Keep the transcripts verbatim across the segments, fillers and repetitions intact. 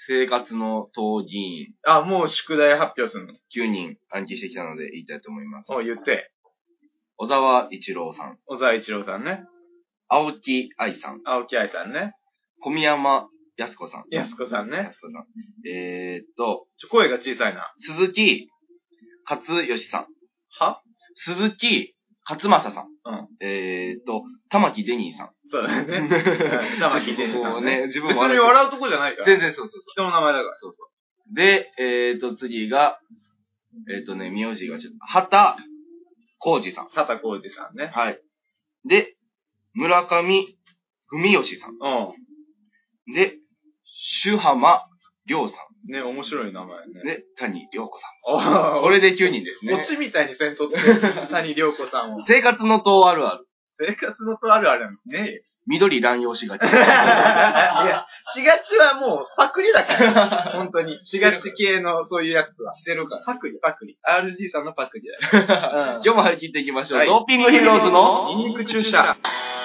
生活の党議員。 あ、もう宿題発表するの ? きゅう 人暗記してきたので言いたいと思います。 お、言って。 小沢一郎さん。 小沢一郎さんね。 青木愛さん。 青木愛さんね。 小宮山靖子さん。 靖子さんね。 靖子さん。えーっと、 ちょ、声が小さいな。 鈴木勝義さん。 は鈴木勝正さん。 うん。 えーっと、玉木デニーさん。 そうだよね。玉木デニーさん、ね。 ね、自分別に笑うとこじゃないから。 全然そうそうそう。 人の名前だから。 そうそう。で、えーっと、次が、えーっとね、名字がちょっと、畑浩二さん。 畑浩二さんね。 はい。で、村上文義さん。 うん。 で、朱浜亮さん。 ね、面白い名前ね。 で、谷亮子さん。 これできゅうにんですね。 オチみたいにせんとって、谷亮子さんを。 生活の塔あるある。 生活の塔あるあるなのねえ。 緑乱用しがち。いや、しがちはもうパクリだから。本当に。しがち系のそういうやつは。 してるから。 パクリ、パクリ。アールジー さんのパクリだよ。 今日も張り切っていきましょう。 はい、 ドーピングヒーローズのニンニク注射。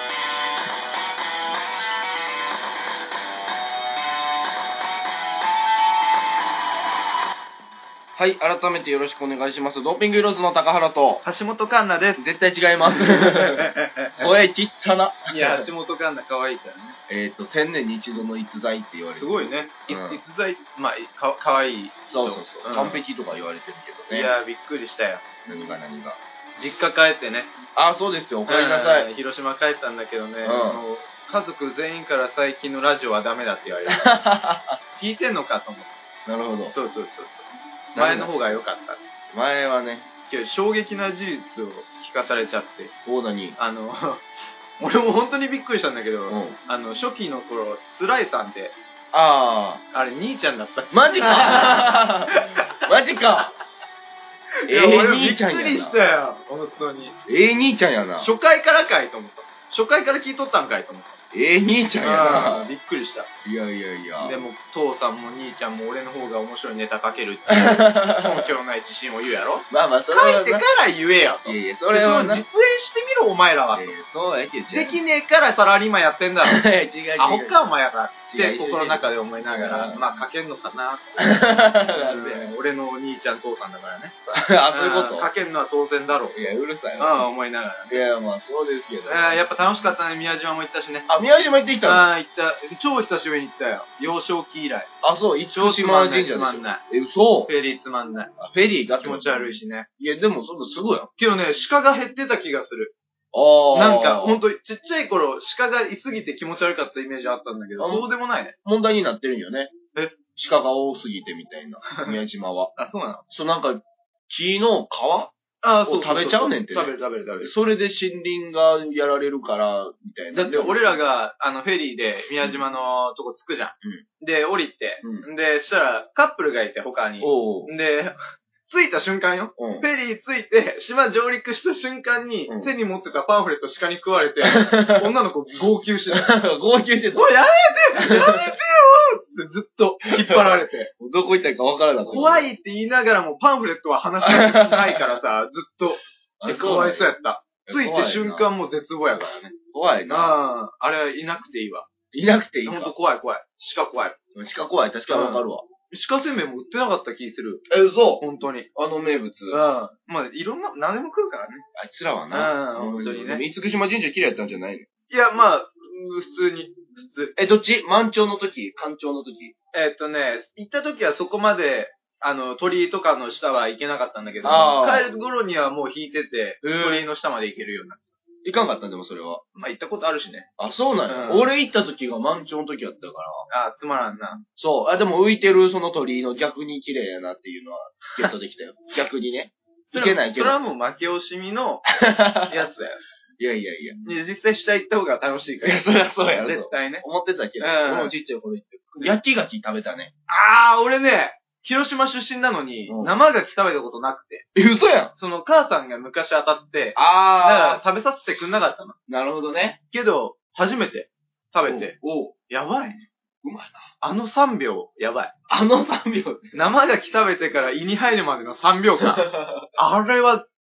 はい、改めてよろしくお願いします。ドーピングヒーローズの高原と、 橋本環奈です。 絶対違います。声ちっさな。 いや、橋本環奈可愛いからね。 えっと、千年に一度の逸材って言われてる。 すごいね。 うん、 逸材、まあ、か、可愛い。 そうそうそう。 うん、 完璧とか言われてるけどね。 いや、びっくりしたよ。 何が何が。 実家帰ってね。 あ、そうですよ。お帰りなさい。 広島帰ったんだけどね、 うん、 もう家族全員から最近のラジオはダメだって言われて。聞いてんのかと思って。 なるほど。 そうそうそうそう。前の方が良かった。 前はね。 けど衝撃な事実を聞かされちゃって。 大何あの、俺も本当にびっくりしたんだけど、 うん、 あの、初期の頃、スライさんって、 ああ。 あれ、兄ちゃんだった。 マジかマジかええー、兄ちゃんやな。びっくりしたよ、本当に。 ええー、兄ちゃんやな。 初回からかいと思った。初回から聞いとったんかいと思った。 ええー、兄ちゃんやな。 びっくりした。 いやいやいや。 でも、父さんも兄ちゃんも俺の方が面白いネタ書けるっていう、根拠のない自信を言うやろ。 まあまあ、それは。 書いてから言えよと。 いやいや、それは。 実演してみろ、お前らは。 いやいや、そうやけど。 できねえからサラリーマンやってんだろ。 違う違う。 アホか、お前ら。って心の中で思いながら、まあ書けんのかな。俺のお兄ちゃん父さんだからね。 あ、そういうこと書けんのは当然だろう。 いや、うるさいわ。ああ、思いながら。 いや、まあそうですけど。 やっぱ楽しかったね、宮島も行ったしね。 あ、宮島行ってきたの？ ああ、行った。超久しぶりに行ったよ。幼少期以来。 あ、そう、一応島神社つまんない。 え、嘘？ フェリーつまんない。 フェリーが気持ち悪いしね。 いや、でもそんなすごいやん。 けどね、鹿が減ってた気がする。 ああ。 なんか、ほんと、ちっちゃい頃、鹿がいすぎて気持ち悪かったイメージあったんだけど、そうでもないね。 問題になってるんよね。 え？ 鹿が多すぎてみたいな、宮島は。 あ、そうなの？ そう、なんか、木の皮あ、そう。 食べちゃうねんってね。 食べる食べる食べる。 それで森林がやられるから、みたいな。 だって俺らが、あの、フェリーで宮島のとこ着くじゃん。うん、で、降りて、うん、で、したら、カップルがいて、他に。 おうで、着いた瞬間よ。うん、フェリー着いて、島上陸した瞬間に、うん、手に持ってたパンフレット鹿に食われて、女の子号泣してた。 号泣してた。 おい、やめてやめてよつってずっと引っ張られて。 どこ行ったらいいか分からなかった。 怖いって言いながらもパンフレットは話したくないからさ、ずっと。かわいそうやった。着いて瞬間もう絶望やからね。 怖いな。 ああ、あれはいなくていいわ。 いなくていいわ。 ほんと怖い怖い。鹿怖い。 鹿怖い。確かにわかるわ。 鹿せんべいも売ってなかった気する。 え、嘘？ 本当に。 あの名物。 うん。まあ、いろんな、何でも食うからね。 あいつらはな。 うん、本当にね。 三島神社綺麗やったんじゃないの？いや、まあ、普通に、普通。 え、どっち？満潮の時？干潮の時？ えっとね、行った時はそこまで、あの、鳥居とかの下は行けなかったんだけど、帰る頃にはもう引いてて、鳥居の下まで行けるようになってた。 行かんかったんでもそれは。 まあ行ったことあるしね。 あ、そうなんや。うん、俺行った時が満潮の時やったから。 あ、つまらんな。 そう。あ、でも浮いてるその鳥居の逆に綺麗やなっていうのはゲットできたよ。逆にね。行けないけど。 それはもう負け惜しみのやつだよ。 いやいやいや。 実際下行った方が楽しいから。 いや、そりゃそうやろ。 絶対ね。 思ってたけど。俺もちっちゃい頃行って。焼き牡蠣食べたね。 あー、俺ね、広島出身なのに、うん、生牡蠣食べたことなくて。 え、嘘やん。 その母さんが昔当たって、 あー。だから食べさせてくんなかったの。 なるほどね。 けど、初めて食べて、 おうやばいね。 うまいな。 あのさんびょう、やばい。 あのさんびょう生牡蠣食べてから胃に入るまでのさんびょうかん。あれは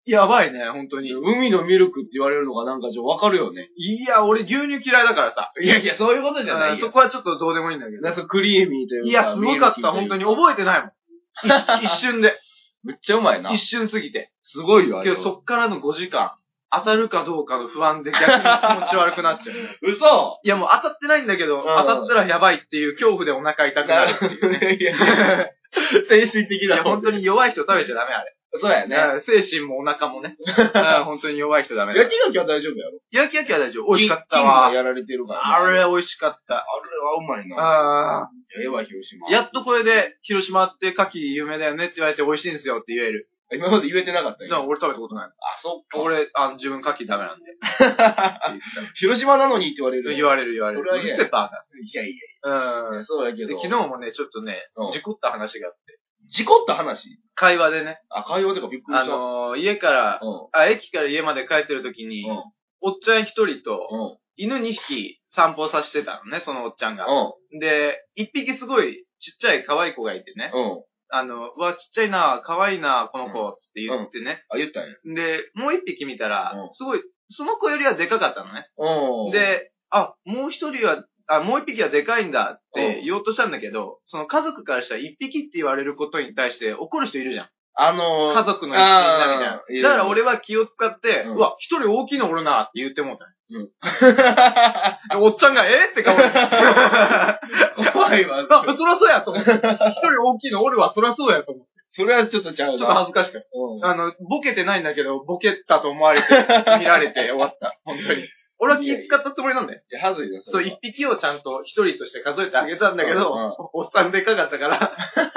やばいね、本当に。 海のミルクって言われるのがなんかちょっとわかるよね。 いや、俺牛乳嫌いだからさ。 いやいや、そういうことじゃないよ。 そこはちょっとどうでもいいんだけど。 なんかクリーミーというか。 いや、すごかった、本当に。覚えてないもん。一瞬で。 めっちゃうまいな。 一瞬過ぎて。 すごいよ、あれ。 けどそっからのごじかん、当たるかどうかの不安で逆に気持ち悪くなっちゃう。 嘘いや、もう当たってないんだけど、当たったらやばいっていう恐怖でお腹痛くなるっていうね。 いやいや精神的な。 いや、本当に弱い人食べちゃダメ、あれ。 そうやね。 精神もお腹もね。本当に弱い人ダメだ。 焼き牡蠣は大丈夫やろ。 焼き牡蠣は大丈夫。美味しかったわ。 やられてるから。 あれ美味しかった。 あれはうまいな。 ああ。 ええわ、広島。 やっとこれで、広島って牡蠣有名だよねって言われて美味しいんですよって言える。 今まで言えてなかったよ。 俺食べたことない。あ、 そっか。 俺、あの、自分牡蠣ダメなんで。 広島なのにって言われる。 言われる言われる。 それはうるせえバーだ。 いやいや。うん。 そうやけど。 昨日もね、ちょっとね、事故った話があって。 事故った話会話でね。 あ、会話とかびっくりした。 あのー、家から、あ、駅から家まで帰ってる時に、おっちゃん一人と、犬二匹散歩させてたのね、そのおっちゃんが。で、一匹すごいちっちゃい可愛い子がいてね。あの、うわ、ちっちゃいな、可愛いな、この子、つって言ってね。 あ、言ったんや。 で、もう一匹見たら、すごい、その子よりはでかかったのね。で、あ、もう一人は、あ、もう一匹はでかいんだって言おうとしたんだけど、その家族からしたら一匹って言われることに対して怒る人いるじゃん。あのー、家族の一員だみたいな。だから俺は気を使って、うわ、一人大きいのおるなって言ってもうた。うん。おっちゃんが、えって顔で。怖いわ。あ、そらそうやと思って。一人大きいのおるわ、そらそうやと思って。 それはちょっとちゃうな。 ちょっと恥ずかしかった。あの、ボケてないんだけど、ボケたと思われて、見られて終わった。本当に。俺は気使ったつもりなんだよ。 いや、はずいな。 そう、一匹をちゃんと一人として数えてあげたんだけど、おっさんでかかったから、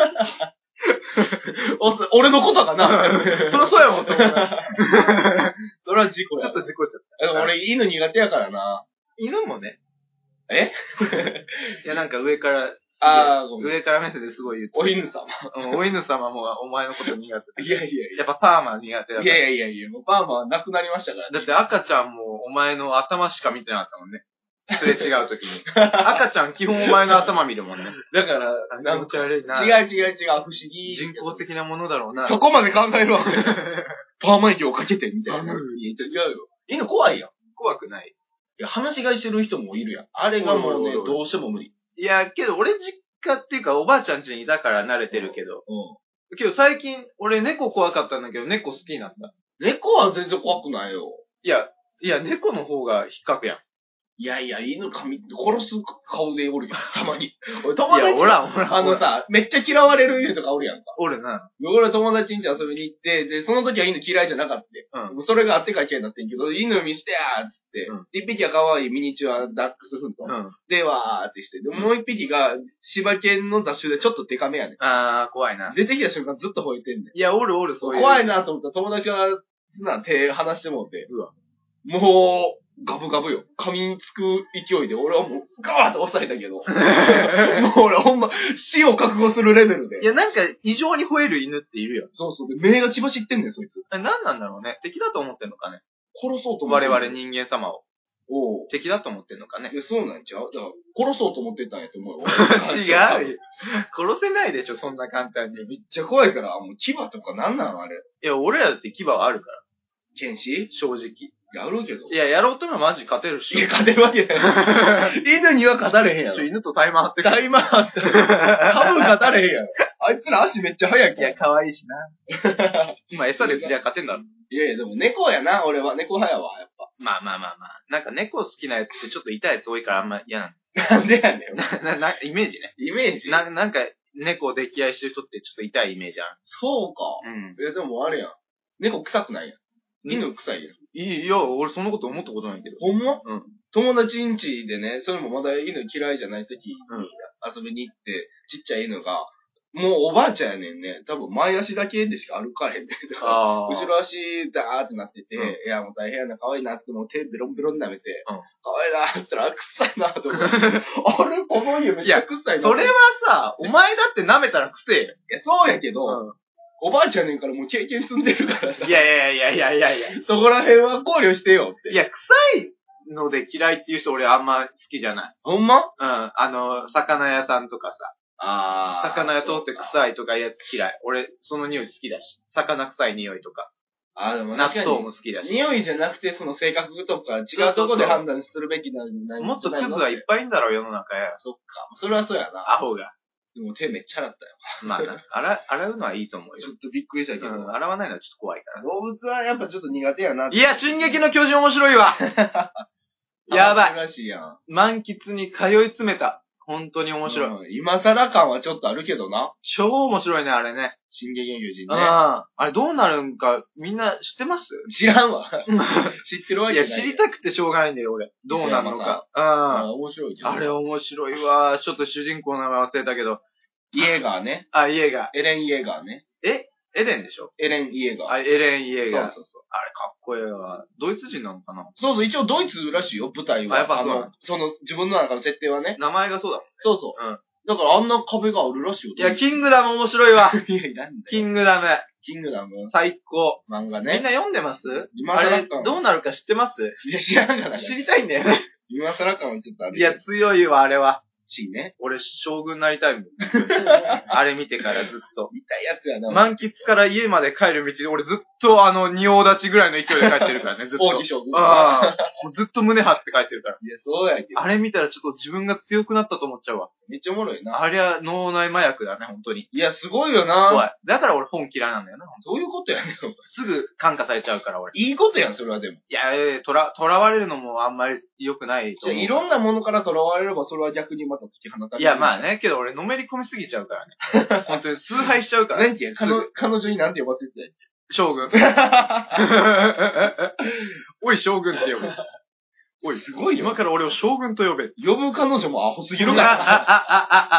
俺のことかな。そりゃそうやもんと思った。 それは事故や。ちょっと事故っちゃった。 俺、犬苦手やからな。 犬もね。 えいや、なんか上から、 ああ、ごめん。 上から目線ですごい言って。 お犬様。 お犬様もお前のこと苦手。 いやいやいや。 やっぱパーマ苦手だ。 いやいやいやいや、もうパーマはなくなりましたから。 だって赤ちゃんもお前の頭しか見てなかったもんね。すれ違うときに。赤ちゃん基本お前の頭見るもんね。 だから、 気持ち悪いな。 違う違う違う、不思議。 人工的なものだろうな。 そこまで考えるわけ。パーマ液をかけてみたいな。いや、違うよ。犬怖いやん。 怖くない。 いや、話し飼いしてる人もいるやん。あれがもうね、どうしても無理。 いや、けど俺実家っていうかおばあちゃん家にいたから慣れてるけど。うん。けど最近、俺猫怖かったんだけど、猫好きになった。 猫は全然怖くないよ。 いや、いや、猫の方が引っかくやん。 いやいや、犬噛み、殺す顔でおるやん、たまに。俺友達、 いや、おらん、おらん。 あのさ、めっちゃ嫌われる犬とかおるやんか。 おるな。 俺友達ん家遊びに行って、で、その時は犬嫌いじゃなかった。うん。それがあってから嫌いになってんけど、犬見してやーっつって、うん、一匹は可愛いミニチュアダックスフント。うん。で、わーってして、で、もう一匹が柴犬の雑種でちょっとデカめやねん。あー、怖いな。出てきた瞬間ずっと吠えてんねん。いや、おるおる、そういう。怖いなと思ったら友達が、そんな手離してもうて、うわ。もう、ガブガブよ。噛みつく勢いで、俺はもう、ガーッと押さえたけど。もう俺ほんま、死を覚悟するレベルで。いや、なんか、異常に吠える犬っているよ。そうそう。目が血走ってんねん、そいつ。え、なんなんだろうね。敵だと思ってんのかね。殺そうと思って。我々人間様を。おう。敵だと思ってんのかね。いや、そうなんちゃうだから、殺そうと思ってたんやと思うよ。違う。殺せないでしょ、そんな簡単に。めっちゃ怖いから、もう牙とかなんなんあれ。いや、俺らだって牙はあるから。剣士正直。やるけど。いや、やろうともマジ勝てるし。いや、勝てるわけない。犬には勝たれへんやろ。犬とタイマーって。タイマーって。多分勝たれへんやろ。あいつら足めっちゃ速いから。いや、可愛いしな。今餌ですりゃ勝てんだろ。いやいや、でも猫やな、俺は。猫派やわ、やっぱ。まあまあまあまあ。なんか猫好きなやつってちょっと痛いやつ多いからあんま嫌なの。なんでやねん。な、な、イメージね。イメージな、なんか、猫を溺愛してる人ってちょっと痛いイメージある。そうか。うん。いや、でもあれやん。猫臭くないやん。犬臭いやん。いい、いや、俺そんなこと思ったことないけど。ほんまうん。友達ん家でね、それもまだ犬嫌いじゃない時に遊びに行って、ちっちゃい犬が、もうおばあちゃんやねんね。多分前足だけでしか歩かれへんで。後ろ足ダーってなってて、うん、いやもう大変やな、可愛いなってもう手ベロンベロン舐めて、うん、可愛いなって言ったら、臭いなと思って。あれこの家めっちゃ臭いな。それはさ、お前だって舐めたら臭えよ。いや、そうやけど、うんおばあちゃんねんからもう経験済んでるからさ。いやいやいやいやいやいや。そこら辺は考慮してよって。いや、臭いので嫌いっていう人俺あんま好きじゃない。ほんまうん。あの、魚屋さんとかさ。あー。魚屋通って臭いとかやつ嫌い。俺、その匂い好きだし。魚臭い匂いとか。 ああ、でも納豆も好きだし。 匂いじゃなくて、その性格とか違うとこで判断するべきなんじゃないもっとクズはいっぱいいんだろ、世の中や。 そっか。それはそうやな。 アホが。 でも手めっちゃ洗ったよ。 まあな。洗、洗うのはいいと思うよ。 ちょっとびっくりしたけど。 うん、洗わないのはちょっと怖いから。 動物はやっぱちょっと苦手やなって。 いや、進撃の巨人面白いわ。やばい。 らしいやん。 満喫に通い詰めた。本当に面白い。 うん、今更感はちょっとあるけどな。 超面白いね、あれね。 進撃の巨人ね。 ああ。あれどうなるんか、みんな知ってます？ 知らんわ。知ってるわけない。 いや、知りたくてしょうがないんだよ、俺。どうなるのか。 ああ。面白いけど。 あれ面白いわ。ちょっと主人公の名前忘れたけど。 イエーガーね。 あ、イエーガー。エレン・イエーガーね。 えエレンでしょ？ エレン・イエーガー。 あ、エレン・イエーガー。 そうそうそう。 あれかっこええわ。ドイツ人なのかな？ そうそう、一応ドイツらしいよ、舞台は。 あ、やっぱそうなの。その、自分の中の設定はね。 名前がそうだもんね。 そうそう。うん。だからあんな壁があるらしいよ。 いや、キングダム面白いわ。 いや、なんだキングダム。 キングダム最高。 漫画ね。 みんな読んでます？ 今更感。 あれ、どうなるか知ってます？ いや、知らんがな。 知りたいんだよね。 今更感はちょっとある。 いや、強いわ、あれは。 しね。 俺、将軍になりたいもん。あれ見てからずっと。 見たいやつやな。 満喫から家まで帰る道で、俺ずっとあの、仁王立ちぐらいの勢いで帰ってるからね、ずっと。 王毅将軍。 ああ。もうずっと胸張って帰ってるから。 いや、そうやけど。 あれ見たらちょっと自分が強くなったと思っちゃうわ。 めっちゃおもろいな。 ありゃ、脳内麻薬だね、本当に。 いや、すごいよな。 怖い。だから俺本嫌いなんだよな、 どういうことやねん。 すぐ感化されちゃうから、俺。 いいことやん、それはでも。 いや、えー、とら、とらわれるのもあんまり良くないと思う。 じゃいろんなものからとらわれれば、それは逆にまた解き放たれる。 いや、まあね、けど俺、のめり込みすぎちゃうからね。本当に崇拝しちゃうから。 何て言う彼女、彼女に何て呼ばせてたんや将軍。おい、将軍って呼ぶ。おい、すごい。今から俺を将軍と呼べ。 呼ぶ彼女もアホすぎるから。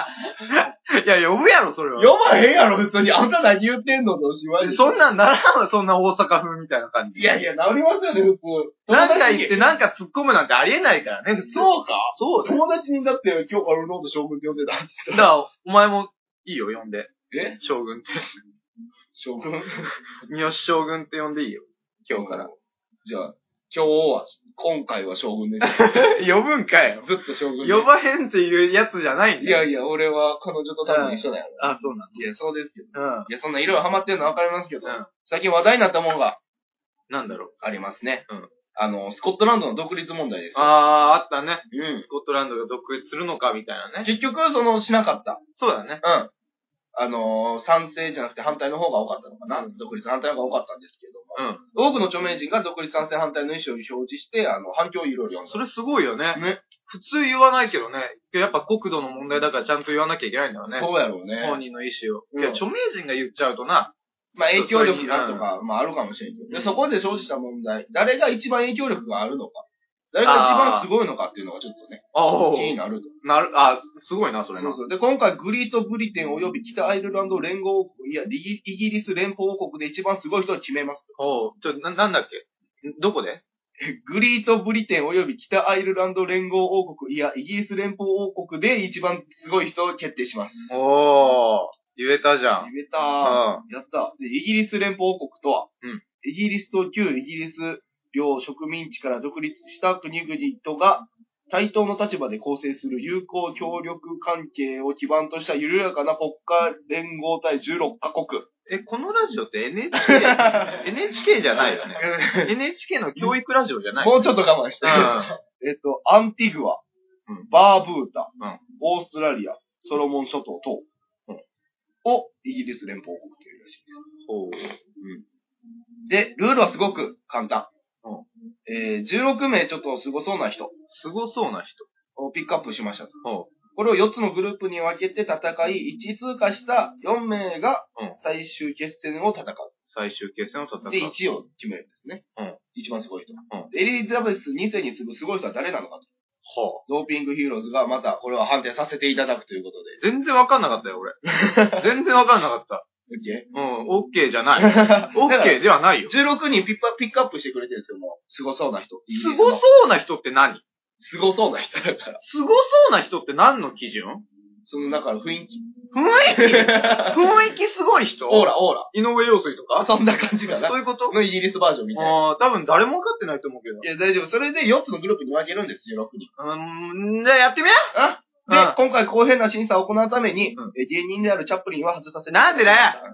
いや、呼ぶやろ、それは。 呼ばへんやろ、普通に。あんた何言ってんののしまい。 そんなんならんわ、そんな大阪風みたいな感じ。 いやいや、なりますよね、普通。 なんか言ってなんか突っ込むなんてありえないからね。 そうかそうだ。 友達にだって今日から俺のこと将軍って呼んでた。だから、お前もいいよ、呼んで。 え将軍って。 将軍三好将軍って呼んでいいよ。今日から。 じゃあ、今日は、今回は将軍です。 呼ぶんかよ。 ずっと将軍呼ばへんっていうやつじゃないんだよ。いやいや、俺は彼女と多分一緒だよ。 あ、そうなんだ。 いや、そうですけど。 うん。 いや、そんないろいろハマってるのわかりますけど、 うん。 最近話題になったもんが、 なんだろう。 ありますね。 うん。 あの、スコットランドの独立問題です。 あー、あったね。 うん。 スコットランドが独立するのかみたいなね。 結局、その、しなかった。 そうだね。 うん。あのー、賛成じゃなくて反対の方が多かったのかな、 うん、 独立反対の方が多かったんですけども。 うん。多くの著名人が独立賛成反対の意思を表示して、あの、反響をいろいろ読んだ。 それすごいよね。 ね。 普通言わないけどね。やっぱ国土の問題だからちゃんと言わなきゃいけないんだよね。 そうやろうね。 本人の意思を。 うん、 いや、著名人が言っちゃうとな。 まあ影響力がとか、まああるかもしれんけど。で、そこで生じた問題、誰が一番影響力があるのか。誰が一番すごいのかっていうのがちょっとね、気になると。 なる、あ、すごいな、それな。 そうそう。で、今回グリートブリテン及び北アイルランド連合王国、いや、イギリス連邦王国で一番すごい人を決めます。 おう、ちょ、な、なんだっけどこでグリートブリテン及び北アイルランド連合王国、いや、イギリス連邦王国で一番すごい人を決定します。 おー、言えたじゃん。 言えたー。やった。で、イギリス連邦王国とは、 うん。 イギリスと旧イギリス領植民地から独立した国々とが対等の立場で構成する友好協力関係を基盤とした緩やかな国家連合体じゅうろっかこく。 え、このラジオって エヌエイチケー、エヌエイチケー じゃないよね。エヌエイチケー の教育ラジオじゃない。 もうちょっと我慢して。うん、えっと、アンティグア、うん、バーブータ、うん、オーストラリア、ソロモン諸島等、うん、をイギリス連邦王国というらしいです。ほう。うんで、ルールはすごく簡単。うんえー、じゅうろくめいちょっとすごそうな人。 すごそうな人をピックアップしましたと。これをよっつのグループに分けて戦い、いちい通過したよんめいが最終決戦を戦う。 最終決戦を戦う。 で、いちいを決めるんですね。うん、一番すごい人。うん、エリザベスにせいに次ぐすごい人は誰なのかと。はあ、ドーピングヒーローズがまたこれは判定させていただくということで。 全然わかんなかったよ、俺。全然わかんなかった。 オッケーうん、オッケーじゃない。オッケーではないよ。 じゅうろくにんピッピックアップしてくれてるんですよ、もう。すごそうな人。 すごそうな人って何？ すごそうな人だから。 すごそうな人って何の基準？ その中の雰囲気。 雰囲気雰囲気すごい人？ オーラ、オーラ。 井上陽水とかそんな感じかな。 そういうことのイギリスバージョンみたいな。 ああ、多分誰も分かってないと思うけど。 いや、大丈夫。それでよっつのグループに分けるんです、じゅうろくにん。 うーん、じゃあやってみようあで、うん、今回公平な審査を行うために、うん、芸人であるチャップリンは外させて。 なんでだよ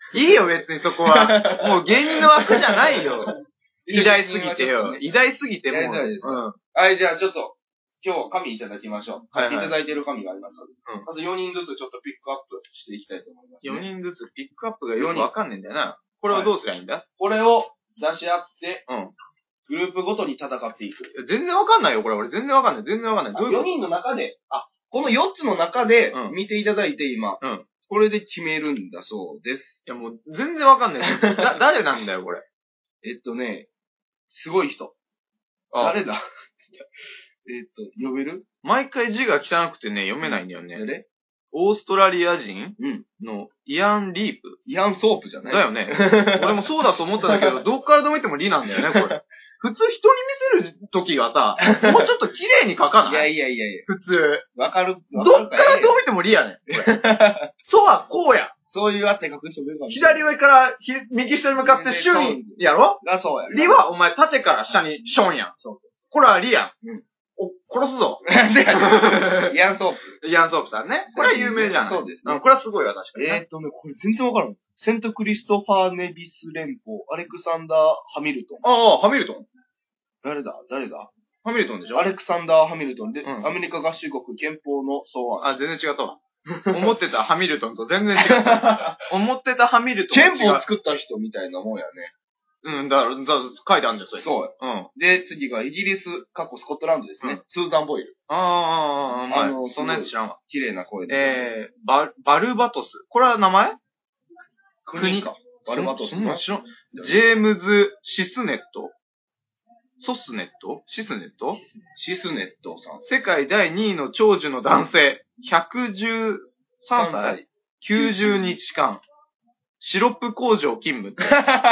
いいよ、別にそこは。もう芸人の枠じゃないよ。偉大すぎてよ。偉大すぎてもう。 うん。はい、じゃあちょっと、今日紙いただきましょう。はい、いただいてる紙がありますので。うん、まずよにんずつちょっとピックアップしていきたいと思います、ね。 よにんずつピックアップがよくわかんねえんだよな。これをどうすりゃいいんだ、はい、 これを出し合って、うん。グループごとに戦っていく。 全然わかんないよ、これ。俺全然わかんない。全然わかんない。どういうこと？ よにんの中で、あ、このよっつの中で見ていただいて今、うん。これで決めるんだそうです。 いやもう全然わかんない。だ、誰なんだよ、これ。 えっとね、すごい人。あ誰だえっと、呼べる？ 毎回字が汚くてね、読めないんだよね。うん、でオーストラリア人のイアン・リープ。 イアン・ソープじゃないだよね。俺もそうだと思ったんだけど、どっからでも見てもリなんだよね、これ。普通人に見せる時がさ、もうちょっと綺麗に書かない？ いやいやいやいや。 普通。 わかる。 どっからどう見てもリやねん。そうはこうや。 そういうあって書く人もいるかも。 左上から右下に向かってシュンやろ？ がそうや。 リはお前縦から下にションやん。そうそう。これはリやん。うん。お、殺すぞ。 イアンソープ。 イアンソープさんね。これは有名じゃん。 そうですね。 これはすごいわ、確かに。 えーっとね、これ全然わからん。セントクリストファーネビス連邦、アレクサンダー・ハミルトン。 ああ、ハミルトン。 誰だ誰だハミルトンでしょ？ アレクサンダー・ハミルトンで、うん、アメリカ合衆国憲法の草案。 あ、全然違ったわ。思ってたハミルトンと全然違った。思ってたハミルトンと違う。 憲法を作った人みたいなもんやね。 うん、だから、だ書いてあるんですよ。 そう。うん。で、次がイギリス、過去スコットランドですね。うん、スーザン・ボイル。 ああ、ああ、あの、そんなやつ知らんわ。 綺麗な声で。 えー、バ、バルバトス。これは名前？ 国か。バルバトス。 そんな知らん。ジェームズ・シスネット。ソスネット？シスネット？ シスネットさん。 世界だいにいの長寿の男性。ひゃくじゅうさんさい。きゅうじゅうにちかん。シロップ工場勤務って。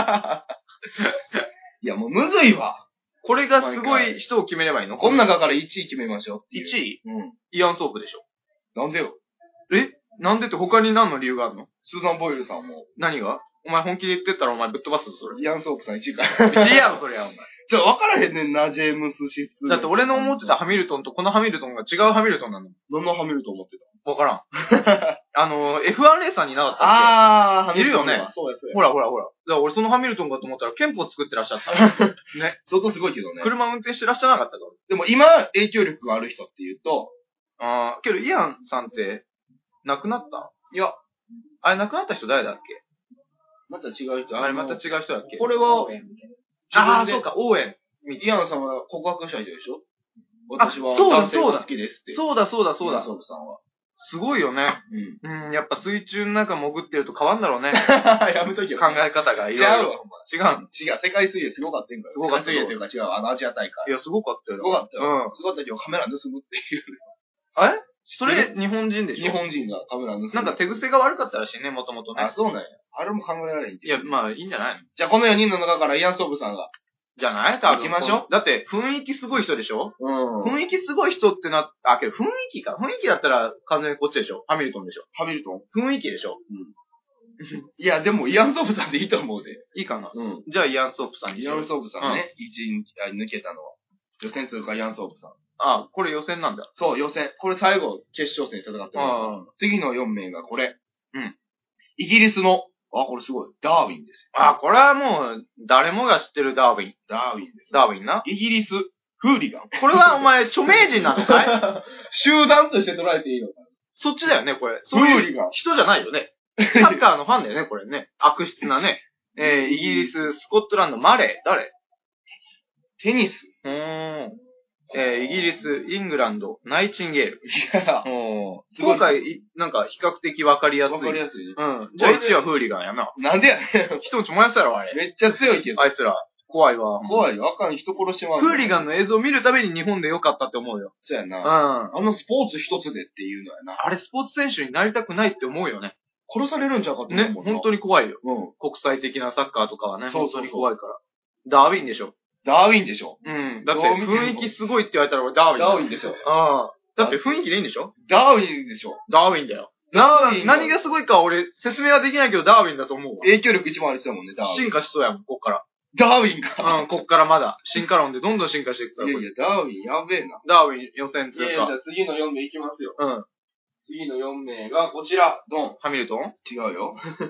いや、もうむずいわ。 これがすごい人を決めればいいの？ この中からいちい決めましょう。 いちい？うん。イアン・ソープでしょ。 なんでよ。 え？なんでって他に何の理由があるの？ スーザン・ボイルさんも。 何が？お前本気で言ってったらお前ぶっ飛ばすぞ、それ。 イアン・ソープさんいちいから。 いちいやろ、それや、お前。 じゃあ分からへんねんな、ジェームス・シス。 だって俺の思ってたハミルトンとこのハミルトンが違うハミルトンなの。 どんなハミルトン思ってた？ わからん。あの、エフワン レーサーになかったっけ？ あー、ハミルトン。いるよね。 そうです。 ほらほらほら。だから俺そのハミルトンかと思ったら憲法作ってらっしゃった。 ね。相当すごいけどね。 車運転してらっしゃらなかったから。 でも今、影響力がある人っていうと、 あー、けどイアンさんって、亡くなった？ いや。 あれ亡くなった人誰だっけ？ また違う人。 あれまた違う人だっけ？ これは、 あー、そうか、応援。 イアンさんは告白した人でしょ？私は男性が好きですって。 そうだそうだそうだ。 そうださんは。 すごいよね。うん。うん、やっぱ水中の中潜ってると変わんだろうね。 やめときよ。 考え方がいろいろ。 違うわ。 違う。 違う。世界水泳すごかったんか。すごかった。世界水泳というか違う。あのアジア大会。 いや、すごかったよ。 すごかったよ。うん。すごかったけどカメラ盗むっていう。 あれそれ、日本人でしょ？ 日本人がカメラ盗む。 なんか手癖が悪かったらしいね、もともとね。 あ、そうなんや。あれも考えられん。いや、まあ、いいんじゃないの？ じゃあこのよにんの中からイアン・ソーブさんが。 じゃない？多分。 行きましょう。だって、雰囲気すごい人でしょ？ うん。 雰囲気すごい人ってな、あ、けど雰囲気か。雰囲気だったら完全にこっちでしょ？ハミルトンでしょ？ ハミルトン？ 雰囲気でしょ？ うん。いや、でもイアン・ソープさんでいいと思うで。 いいかな？ うん。 じゃあイアン・ソープさんに。 イアン・ソープさんね。いちい抜けたのは。予選通過イアン・ソープさん。 ああ、これ予選なんだ。 そう、予選。これ最後、決勝戦戦ってる。次のよんめいがこれ。 うん。 イギリスの、あ、これすごい。ダーウィンですよ。あ、これはもう、誰もが知ってるダーウィン。 ダーウィンです。 ダーウィンな。 イギリス、フーリガン。 これはお前、著名人なのかい？ 集団として捉えていいのかな？ そっちだよね、これ。 フーリガン。 人じゃないよね。サッカーのファンだよね、これね。悪質なね。えー、イギリス、スコットランド、マレー、誰？ テニス。 うーん。えー、イギリス、イングランド、ナイチンゲール。 いや、 おー。今回、なんか、比較的わかりやすい。 わかりやすい。 うん。じゃあいちいはフーリガンやな。 なんでやねん。 一つ燃やすやろ、あれ。 めっちゃ強いけど。 あいつら。怖いわ。 怖いよ。あかん人殺しまう。 フーリガンの映像を見るために日本でよかったって思うよ。 そうやな。 うん。 あのスポーツ一つでっていうのやな。 あれスポーツ選手になりたくないって思うよね。 殺されるんちゃうかって思うもんね。本当に怖いよ。 うん。 国際的なサッカーとかはね。 そうそうそう本当に怖いから。ダーウィンでしょ。 ダーウィンでしょ。 うん。だって雰囲気すごいって言われたら俺ダーウィン。 ダーウィンでしょ。 ああ。だって雰囲気でいいんでしょ？ ダーウィンでしょ。 ダーウィンだよ。ダーウィン。何がすごいかは俺説明はできないけどダーウィンだと思うわ。 影響力一番ありそうやもんね、ダーウィン。 進化しそうやもん、こっから。 ダーウィンか。 うん、こっからまだ。進化論でどんどん進化していくから。 いやいや、ダーウィンやべえな。 ダーウィン予選通過。 いやいや、じゃあ次のよんめいいきますよ。 うん。 次のよんめいがこちら、ドン。 ハミルトン？ 違うよ。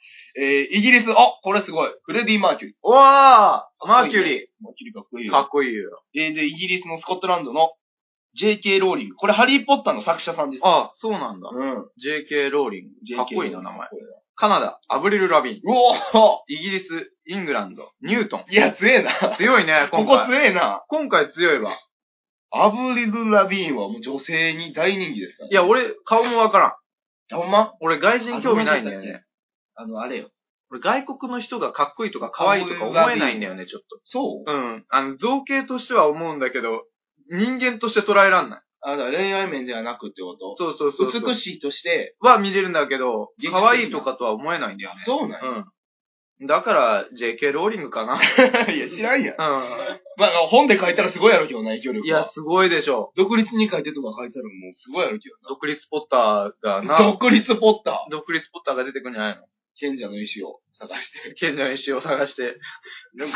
えー、イギリス、あ、これすごい。フレディ・マーキュリー。 おーマーキュリー。 マーキュリーかっこいいよ。 かっこいいよ。 えー、で、イギリスのスコットランドの ジェイケー ローリング。これハリー・ポッターの作者さんです。 あ、そうなんだ。 うん。 ジェイケー ローリング。かっこいいな、名前。 かっこいいな。 カナダ、アブリル・ラビン。 うおーイギリス、イングランド、ニュートン。 いや、強えな。 強いね、 ここ強えな。 今回強いわ。 アブリル・ラビーンはもう女性に大人気ですから、ね。 いや、俺、顔もわからん。 ほんま俺、外人興味ないんだよね。 あの、あれよ。 俺、外国の人がかっこいいとか可愛いとか思えないんだよね、ちょっと。 そううん。あの、造形としては思うんだけど、人間として捉えらんない。 あ、だから恋愛面ではなくってことそうそうそうそう。 美しいとして。 は見れるんだけど、可愛いとかとは思えないんだよね。 そうなんや。 うん。だから、ジェイケー ローリングかな。 いや、知らんやん。うん。 まあ、本で書いたらすごいやろけどな、影響力は。 いや、すごいでしょ。 独立に書いてとか書いたらもうすごいやろけどな。 独立ポッターがな。 独立ポッター。 独立ポッターが出てくるんじゃないの？ 賢者の石を探して。 賢者の石を探して。 何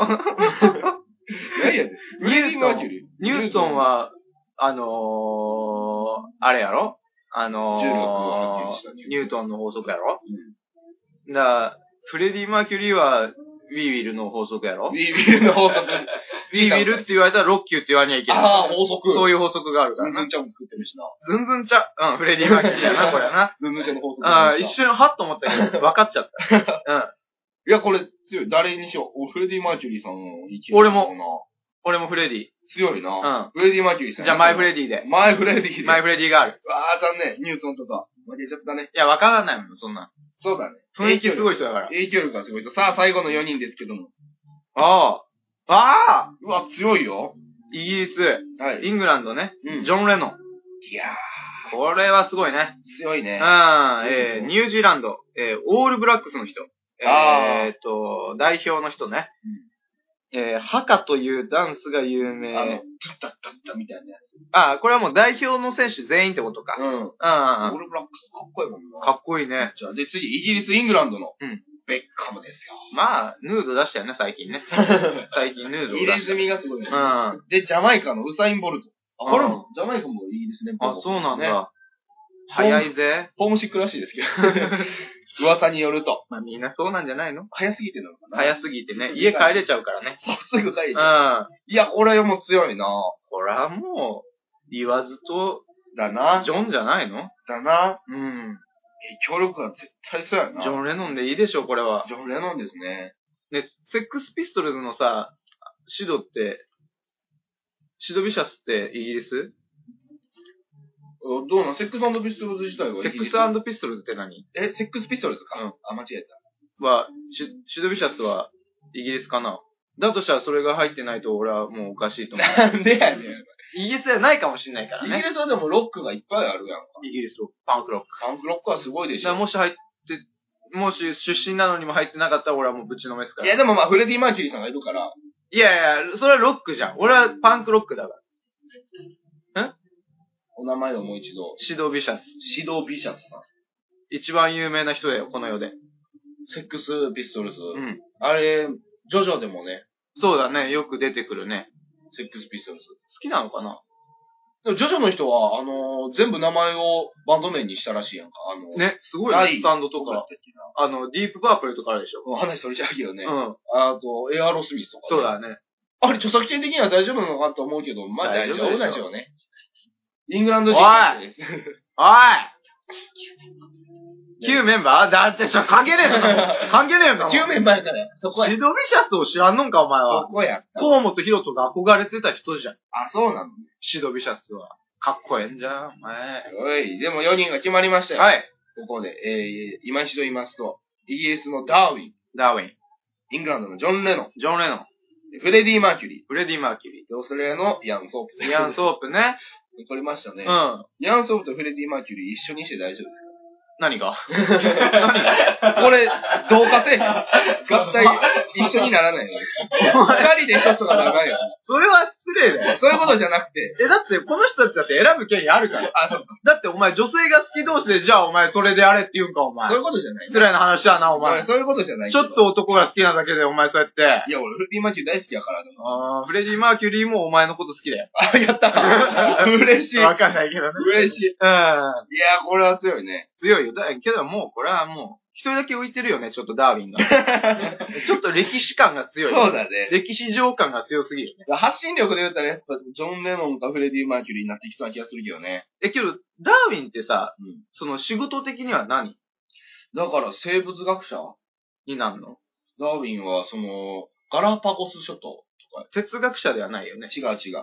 やねん。 ニュートン、ニュートンは、あのー、あれやろ？あのー、ニュートンの法則やろ？うん。だから、フレディ・マーキュリーは、ウィーウィルの法則やろ？ ウィーウィルの法則。 ウィーウィルって言われたらロッキューって言わにゃいけない。 ああ、法則。 そういう法則があるから。 ズンズン茶も作ってるしな。 ズンズン茶うん、フレディ・マーキュリーやな、これな。 ズンズン茶の法則。 ああ、一瞬はっと思ったけど、分かっちゃった。うん。 いや、これ強い。誰にしよう。フレディ・マーキュリーさんの意見。俺も。俺もフレディ。 強いな。うん。フレディ・マーキュリーさん。 じゃあ、マイフレディで。 マイフレディで。 マイフレディがある。 わあ、残念。ニュートンとか。負けちゃったね。 いや、わからないもん、そんな。 そうだね。 雰囲気すごい人だから。 影響力がすごい人。さあ、最後のよにんですけども。 ああ。ああうわ、強いよ。 イギリス。 はい。 イングランドね。 うん。 ジョン・レノン。 いやー。これはすごいね。 強いね。 うん。えー、ニュージーランド。えー、オールブラックスの人。えーっと、代表の人ね。うん、えー、ハカというダンスが有名。 あの、タッタッタッタみたいなやつ。 ああ、これはもう代表の選手全員ってことか。うん。うん。オールブラックスかっこいいもんな。 かっこいいね。 じゃあ、で、次、イギリス、イングランドの。うん。ベッカムですよ。 まあ、ヌード出したよね、最近ね。最近ヌード出した。 入れ墨がすごいね。 うん。 で、ジャマイカのウサイン・ボルト。あ、これも、ジャマイカもイギリス連邦。 あ、そうなんだ。早いぜ。 ホームシックらしいですけど。噂によると。 まあみんなそうなんじゃないの？ 早すぎてなのかな？ 早すぎてね。家帰れちゃうからね。 すぐ帰れちゃう。うん。いや、これも強いな。 これはもう、言わずと、 だな。 ジョンじゃないの？ だな。 うん。 影響力は絶対そうやな。 ジョン・レノンでいいでしょ、これは。 ジョン・レノンですね。 ね、セックスピストルズのさ、シドって、シドビシャスってイギリス？ どうなんセックス&ピストルズ自体はセックス&ピストルズって何？ え、セックスピストルズか。うん。あ、間違えた。 は、シ、シドビシャスはイギリスかな？だとしたらそれが入ってないと俺はもうおかしいと思う。 なんでやねん。 イギリスじゃないかもしんないからね。 イギリスはでもロックがいっぱいあるやんか。 イギリスロック、パンクロック。 パンクロックはすごいでしょ。 だからもし入って、もし出身なのにも入ってなかったら俺はもうぶちのめすから。 いやでもまあフレディ・マーキュリーさんがいるから。 いやいや、それはロックじゃん。俺はパンクロックだから。ん？ お名前をもう一度。 シドビシャス。 シドビシャスさん。 一番有名な人だよ、この世で。 セックスピストルズ。 うん。 あれ、ジョジョでもね。 そうだね、よく出てくるね。 セックスピストルズ。 好きなのかな？ でもジョジョの人は、あのー、全部名前をバンド名にしたらしいやんか。あのー、 ね、すごいね、スタンドとか。あの、ディープパープルとかあるでしょ。 話取れちゃうけどね。 うん。 あと、エアロスミスとか、 ね。そうだね。 あれ、著作権的には大丈夫なのかと思うけど、まあ大丈夫なんでしょうね。イングランド人です。おいおい旧メンバーだってさ、関係ねえんだ関係ねえんだ旧メンバーやから。そこや。 シドビシャスを知らんのんか、お前は。 そこや。 河本ヒロトが憧れてた人じゃん。 あ、そうなの？ シドビシャスは。かっこええんじゃん、お前。 おい、でもよにんが決まりましたよ。 はい。 ここで、えー、今一度言いますと、イギリスのダーウィン。 ダーウィン。 イングランドのジョン・レノン。 ジョン・レノン。 フレディ・マーキュリー。 フレディ・マーキュリー。 オーストラリアのヤン・ソープ。 ヤン・ソープね。 取りましたね。 うん。 ヤン・ソープとフレディ・マーキュリー一緒にして大丈夫ですか？ 何が何がこれ、同化せえへん。合体、一緒にならないよ。二人で一つとかならないよ。 それは失礼だよ。 そういうことじゃなくて。 え、だって、この人たちだって選ぶ権利あるから。 あ、そうか。 だってお前女性が好き同士で、じゃあお前それでやれって言うんか、お前。 そういうことじゃない。 失礼な話だな、お前。 そういうことじゃない。 ちょっと男が好きなだけで、お前そうやって。 いや、俺、フレディ・マーキュリー大好きやから。 あー、フレディ・マーキュリーもお前のこと好きだよ。 あ、やった。嬉しい。 わかんないけどね。 嬉しい。うん。いや、これは強いね。 強いよ。だけどもう、これはもう、一人だけ浮いてるよね、ちょっとダーウィンが。ちょっと歴史感が強い。 そうだね。 歴史上感が強すぎるね。 発信力で言ったらやっぱ、ジョン・レノンかフレディ・マーキュリーになってきそうな気がするけどね。 え、けど、ダーウィンってさ、うん、その仕事的には何？ だから生物学者になるの？ ダーウィンは、その、ガラパゴス諸島とか。 哲学者ではないよね。 違う違う。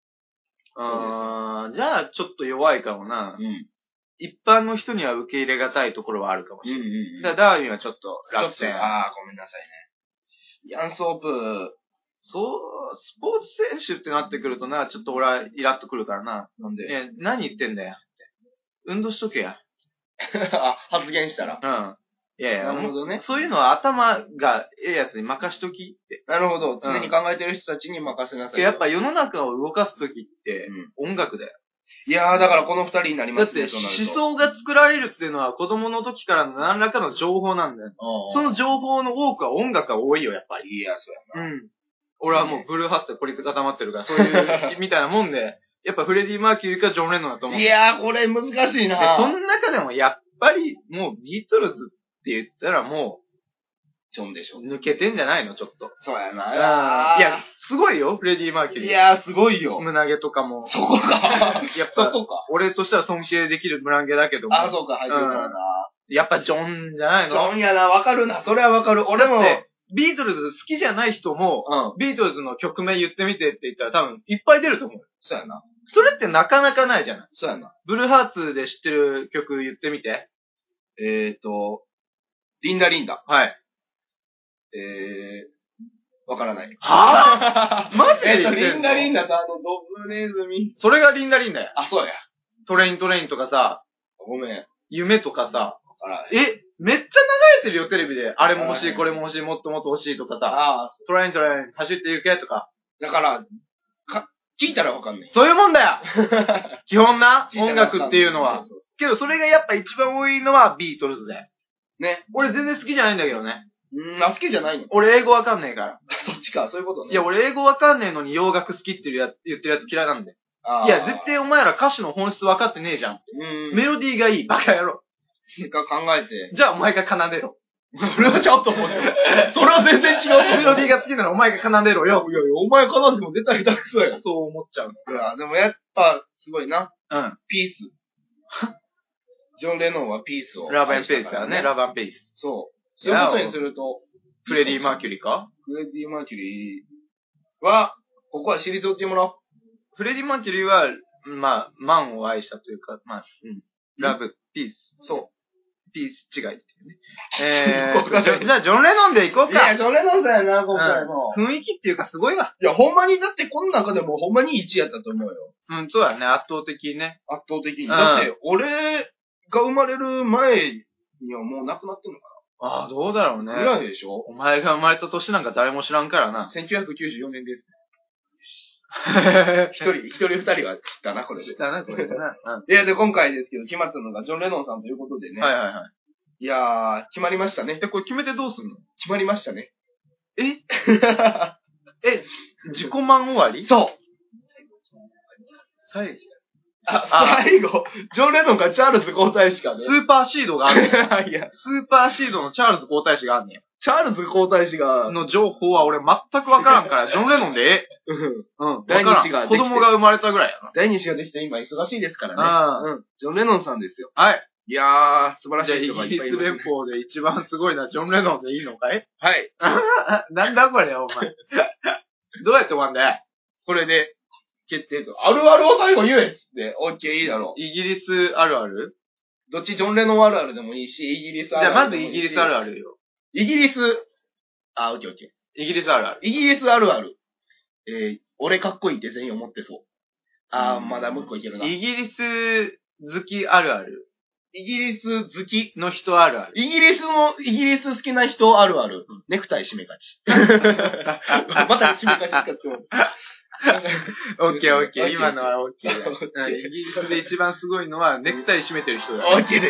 あー、じゃあちょっと弱いかもな。 うん。 一般の人には受け入れがたいところはあるかもしれない。うんうんうん、だからダーウィンはちょっと楽天。 あー、ごめんなさいね。ヤンソープ、 そう、スポーツ選手ってなってくるとな、ちょっと俺はイラッとくるからな。 なんで？ え、何言ってんだよって。運動しとけや。 あ、発言したら。 うん。いやいや、 なるほどね。 そういうのは頭がええやつに任しときって。 なるほど。常に考えてる人たちに任せなさい、うん。 やっぱ世の中を動かすときって、音楽だよ。 いやー、だからこの二人になりますね。 だって思想が作られるっていうのは子供の時からの何らかの情報なんだよ。その情報の多くは音楽が多いよ、やっぱり。 いや、そうやな。 うん。俺はもうブルーハーツで孤立固まってるから、そういう、みたいなもんで、やっぱフレディ・マーキュリーかジョン・レノンだと思う。 いやー、これ難しいな。 その中でもやっぱり、もうビートルズって言ったらもう、 ジョンでしょ。 抜けてんじゃないのちょっと。 そうやな。 いや、すごいよ、フレディ・マーキュリー。 いやー、すごいよ。 胸毛とかも。 そこか。 やっぱ、そこか。俺としては尊敬できる胸毛だけども。 あ、そうか、入ってるからな。 やっぱジョンじゃないの？ ジョンやな、わかるな。それはわかる。俺も、 ビートルズ好きじゃない人も、うん、ビートルズの曲名言ってみてって言ったら多分いっぱい出ると思う。 そうやな。 それってなかなかないじゃない。 そうやな。 ブルーハーツで知ってる曲言ってみて。 えーと、リンダリンダ。 はい。 えー、わからない。 はぁマジで言ってんの？ リンダリンダとあのドブネズミ。 それがリンダリンダや。 あ、そうや。 トレイントレインとかさ。 ごめん。 夢とかさ。 わからない。 え、めっちゃ流れてるよ、テレビで。あれも欲しい、これも欲しい、もっともっと欲しいとかさ。 ああ。 トレイントレイン、走って行けとか。 だから、か、聞いたらわかんない。 そういうもんだよ基本な、音楽っていうのは。そうそうそうけど、それがやっぱ一番多いのはビートルズで。 ね。 俺全然好きじゃないんだけどね。 うん、あ、好きじゃないの？ 俺英語わかんねえから。 そっちか、そういうことね。 いや、俺英語わかんねえのに洋楽好きっていうや言ってるやつ嫌いなんで。いや、絶対お前ら歌詞の本質わかってねえじゃん。うん。メロディーがいい、バカ野郎。 か考えて。 じゃあお前が奏でろ。 それはちょっと思う。それは全然違う。 メロディーが好きならお前が奏でろよ。 いやいや、お前奏でても絶対下手くそや。 そう思っちゃう。 いや、でもやっぱ、すごいな。 うん。 ピース。ジョン・レノンはピースを。 ラブ&ペースだね、ラブ&ペース。 そう。そういうことにすると。 フレディ・マーキュリーか？ フレディ・マーキュリーは、ここは退いてもらおう。 フレディ・マーキュリーは、まあ、マンを愛したというか、まあ、うん。ラブ、ピース。 そう。 ピース違いっていうね。えー、じゃあ、ジョン・レノンで行こうか。 いや、ジョン・レノンだよな、今回も。 雰囲気っていうかすごいわ。 いや、ほんまに、だってこの中でもほんまにいちいやったと思うよ。 うん、そうだね、圧倒的にね。 圧倒的に。だって、俺が生まれる前にはもう亡くなってんのかな。 ああ、どうだろうね。 ぐらいでしょ？ お前が生まれた年なんか誰も知らんからな。 せんきゅうひゃくきゅうじゅうよねんです。一人、一人二人は知ったな、これで。 知ったな、これでな。 うん。いや、で、今回ですけど、決まったのがジョン・レノンさんということでね。 はいはいはい。 いやー、決まりましたね。 え、これ決めてどうすんの？ 決まりましたね。 ええ、自己満終わり？ そう。 最後。 あ、最後、ジョン・レノンがチャールズ皇太子かね。 スーパーシードがある。 いや、 スーパーシードのチャールズ皇太子があんねん。 チャールズ皇太子が、 の情報は俺全くわからんから、ジョン・レノンでええ。うん。うん。第二子が子供が生まれたぐらいやな。 第二子ができて今忙しいですからね。 うん。 うん。ジョン・レノンさんですよ。 はい。 いやー、素晴らしい人がいっぱいいます、ね。 イギリス連邦で一番すごいのはジョン・レノンでいいのかい？ はい。 なんだこれよ、お前。どうやって終わんだよ。 これで、決定と。あるあるを最後言えっつって、オッケーいいだろう。 イギリスあるある？ どっちジョン・レノンあるあるでもいいし、イギリスあるあるでもいいし。 じゃあまずイギリスあるあるよ。 イギリス、あ、オッケーオッケー。イギリスあるある。 イギリスあるある。えー、俺かっこいいって全員思ってそう。あー、まだもう一個いけるな。 イギリス好きあるある。 イギリス好きの人あるある。 イギリスの、イギリス好きな人あるある。ネクタイ締めがち。また締めがち使っても。 オッケーオッケー。今のはオッケーだ。イギリスで一番すごいのはネクタイ締めてる人だ。 オッケーです。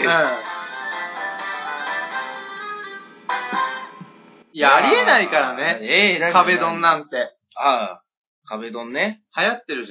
いや、ありえないからね。 ええー、 壁ドンなんて。 ああ、壁ドンね。 流行ってるじゃない。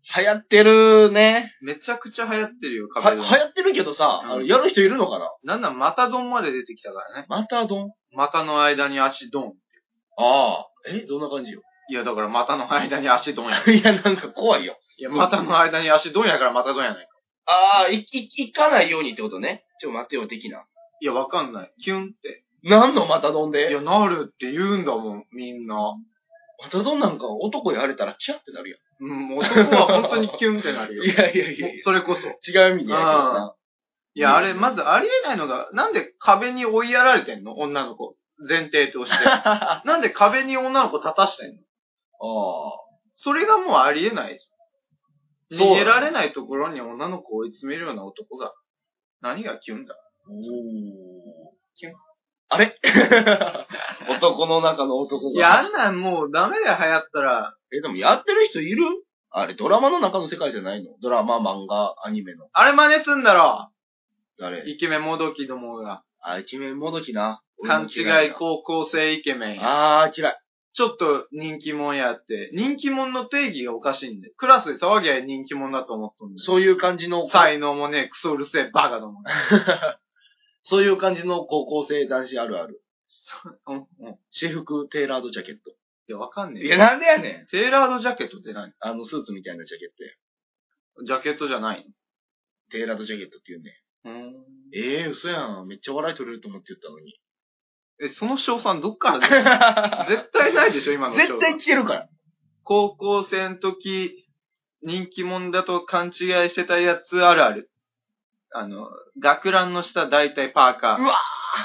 流行ってるね。 めちゃくちゃ流行ってるよ、 壁ドン。は、流行ってるけどさ、うん、あのやる人いるのかな？ なんなん、股ドンまで出てきたからね。 股ドン？ 股の間に足ドン。 ああ。え？どんな感じよ？ いや、だから股の間に足ドンや。 いや、なんか怖いよ。 いや、股の間に足ドンやから股ドンやないか。 ああ、い、い、行かないようにってことね。ちょ、待ってよ、的な。 いや、わかんない。キュンって。 なんの股ドンで？ いや、なるって言うんだもん、みんな。 股ドンなんか男やれたらキャってなるやん。 うん、男は本当にキュンってなるよ。 いやいやいやそれこそ。 違う意味でやけどな。 いや、あれ、まずありえないのが、なんで壁に追いやられてんの？女の子。前提として。なんで壁に女の子立たしてんの？ああ。それがもうありえない。逃げられないところに女の子を追い詰めるような男が、何がキュンだ？おー。キュン。 あれ男の中の男が。 いや、あんなんもうダメだよ、流行ったら。 え、でもやってる人いる？あれ、ドラマの中の世界じゃないの？ドラマ、漫画、アニメの。 あれ真似すんだろ。 誰？ イケメンもどきどもが。 あ、イケメンもどきな。 勘違い高校生イケメン。 あー、嫌い。 ちょっと人気者やって、人気者の定義がおかしいんで。クラスで騒ぎは人気者だと思っとんで。 そういう感じの。 才能もね、クソうるせえバカども。 そういう感じの高校生男子あるある。 うんうん、 私服テーラードジャケット。いや、わかんねえ。 いや、なんでやねん。 テーラードジャケットって何？ あの、スーツみたいなジャケットや。 ジャケットじゃないの？ テーラードジャケットって言うね。うーん。ええー、嘘やん。めっちゃ笑い取れると思って言ったのに。 え、その賞賛どっから出る？絶対ないでしょ、今の賞賛。 絶対聞けるから。 高校生の時、人気者だと勘違いしてたやつあるある。あの、学ランの下大体パーカー。 うわぁ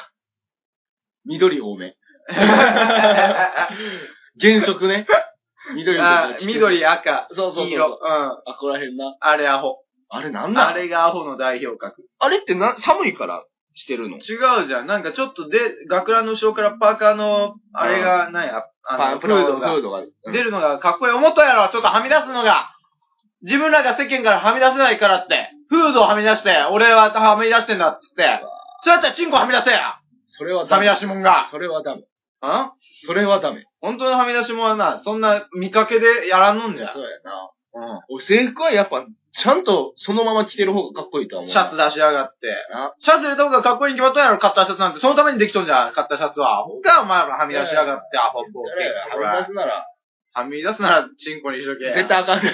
緑多め。原色ね。緑あ緑、赤、 そうそうそう。 黄色。うん。 あ、こらへんな。 あれアホ。 あれなんだ？ あれがアホの代表格。 あれってな、寒いからしてるの？ 違うじゃん。なんかちょっとで、学ランの後ろからパーカーの、あれが、なんや、あの、フードが、フードが出るのがかっこいい。思ったやろ、ちょっとはみ出すのが。自分らが世間からはみ出せないからって。フードをはみ出して、俺ははみ出してんだっつって。そうやったらチンコはみ出せや。 それはダメ。 はみ出しもんが。 それはダメ。 んそれはダメ。 本当のはみ出しもんはな、そんな見かけでやらんのんじゃ。 そうやな。うん。俺制服はやっぱ、ちゃんとそのまま着てる方がかっこいいと思う。 シャツ出しやがって。シャツ入れた方がかっこいいに決まったんやろ、買ったシャツなんて。そのためにできとんじゃん、買ったシャツは。ほんかお前らはみ出しやがって、アホっぽい。 はみ出すなら。 はみ出すなら、チンコにしとけ。 絶対あかん。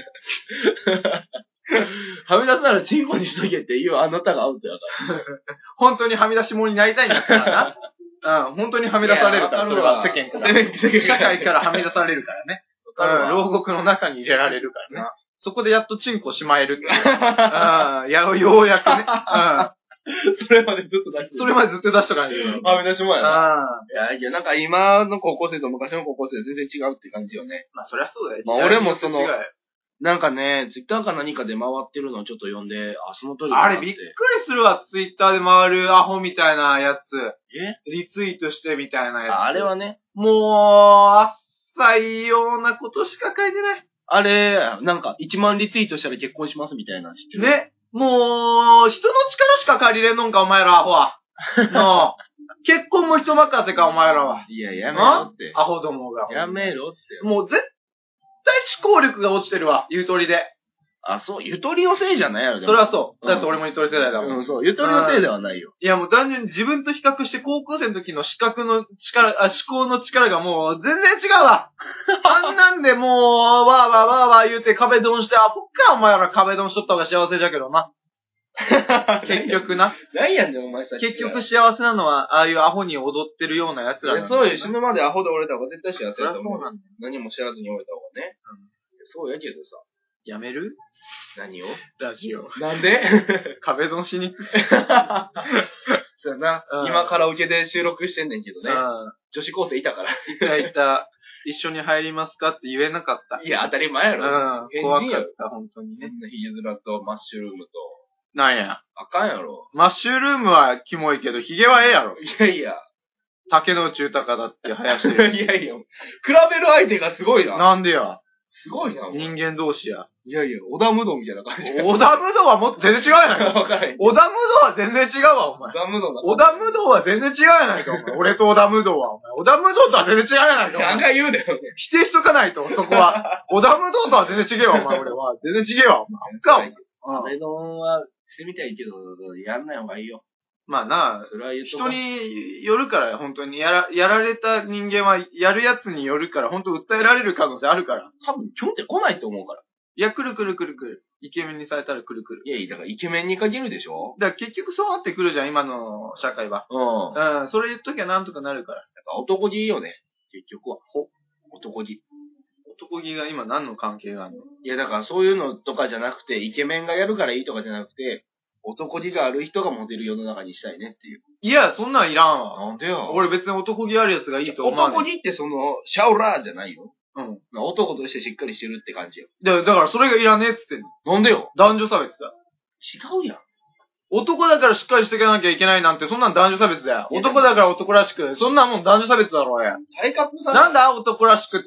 はみ出すならチンコにしとけって言うあなたがアウトやから。 本当にはみ出し者になりたいんだったらな。うん、本当にはみ出されるから、それは世間から。社会からはみ出されるからね。うん、牢獄の中に入れられるからね。そこでやっとチンコしまえるっていう。うん、や、ようやくね。うん。 それまでずっと出してる。 それまでずっと出しとかんでる。はみ出しもやな。いや、いや、なんか今の高校生と昔の高校生全然違うって感じよね。 まあ、そりゃそうだよ。 まあ、俺もその、なんかね、ツイッターか何かで回ってるのをちょっと読んで、あ、その通りだなって。 あれびっくりするわ、ツイッターで回るアホみたいなやつ。 え？ リツイートしてみたいなやつ。 あ、あれはね。 もう、浅いようなことしか書いてない。 あれ、なんか、いちまんリツイートしたら結婚しますみたいな知ってる？ ね。もう、人の力しか借りれんのんか、お前ら、アホは。の結婚も人任せか、お前らは。 いや、やめろって。 アホどもが。 やめろって。 もう絶対思考力が落ちてるわ、ゆとりで。 あ、そう、ゆとりのせいじゃないやろ、 それはそう。だって俺もゆとり世代だもん。 うん、そう、ゆとりのせいではないよ。 いや、もう単純に自分と比較して高校生の時の視覚の力、あ、思考の力がもう全然違うわ。あんなんでもう、わーわーわーわー言うて壁ドンして、あ、ほっか、お前ら壁ドンしとった方が幸せじゃけどな。結局な。 何やねん、お前さ。 結局幸せなのは、ああいうアホに踊ってるような奴らなんだ。 そうよ、死ぬまでアホで折れた方が絶対幸せだと思う。 そうなんだ。 何も知らずに折れた方がね。うん。そうやけどさ。 やめる？ 何を？ ラジオ。 なんで？ 壁ドンしにくい。 そうやな。今カラオケで収録してんねんけどね。女子高生いたから。 いたいた。一緒に入りますかって言えなかった。 いや、当たり前やろ。 うん。怖かった、本当にね。 ヒゲ面とマッシュルームと。 なんや。 あかんやろ。 マッシュルームはキモいけど、ヒゲはええやろ。 いやいや。 竹野内豊だって生やしてる。 いやいや。比べる相手がすごいな。 なんでや。 すごいな。 人間同士や。 いやいや、織田無道みたいな感じ。 織田無道はもっと全然違うやないか。 わからへん。 織田無道は全然違うわ、お前。 織田無道だ。 織田無道は全然違うやないか、お前。俺と織田無道は、お前。織田無道とは全然違うやないか。 何回言うだよ。 否定しとかないと、そこは。織田無道とは全然違えわ、お前、俺は。全然違えわ、お前。か、お前。 壁ドンはしてみたいけど、やんない方がいいよ。 まあなあ、 それは言うと人によるから、本当にやら、やられた人間は、やるやつによるから、本当訴えられる可能性あるから。 多分、今日って来ないと思うから。 いや、来る来る来る来る。イケメンにされたら来る来る。 いやいや、だからイケメンに限るでしょ。 だから結局そうなってくるじゃん、今の社会は。うん。うん、それ言っときゃなんとかなるから。やっぱ男気いいよね、結局は。ほ、男気。 男気が今何の関係があるの？ いや、だからそういうのとかじゃなくて、イケメンがやるからいいとかじゃなくて、男気がある人がモテる世の中にしたいねっていう。 いや、そんなんいらんわ。 なんでよ。 俺別に男気あるやつがいいと思う。 男気ってその、シャオラーじゃないよ。 うん。 男としてしっかりしてるって感じよ。 だだからそれがいらねえっつってんの。 なんでよ。 男女差別だ。 違うやん。 男だからしっかりしていかなきゃいけないなんて、そんなん男女差別だよ。男だから男らしく。そんなんもん男女差別だろ、俺。 体格さ。 なんだ男らしくって。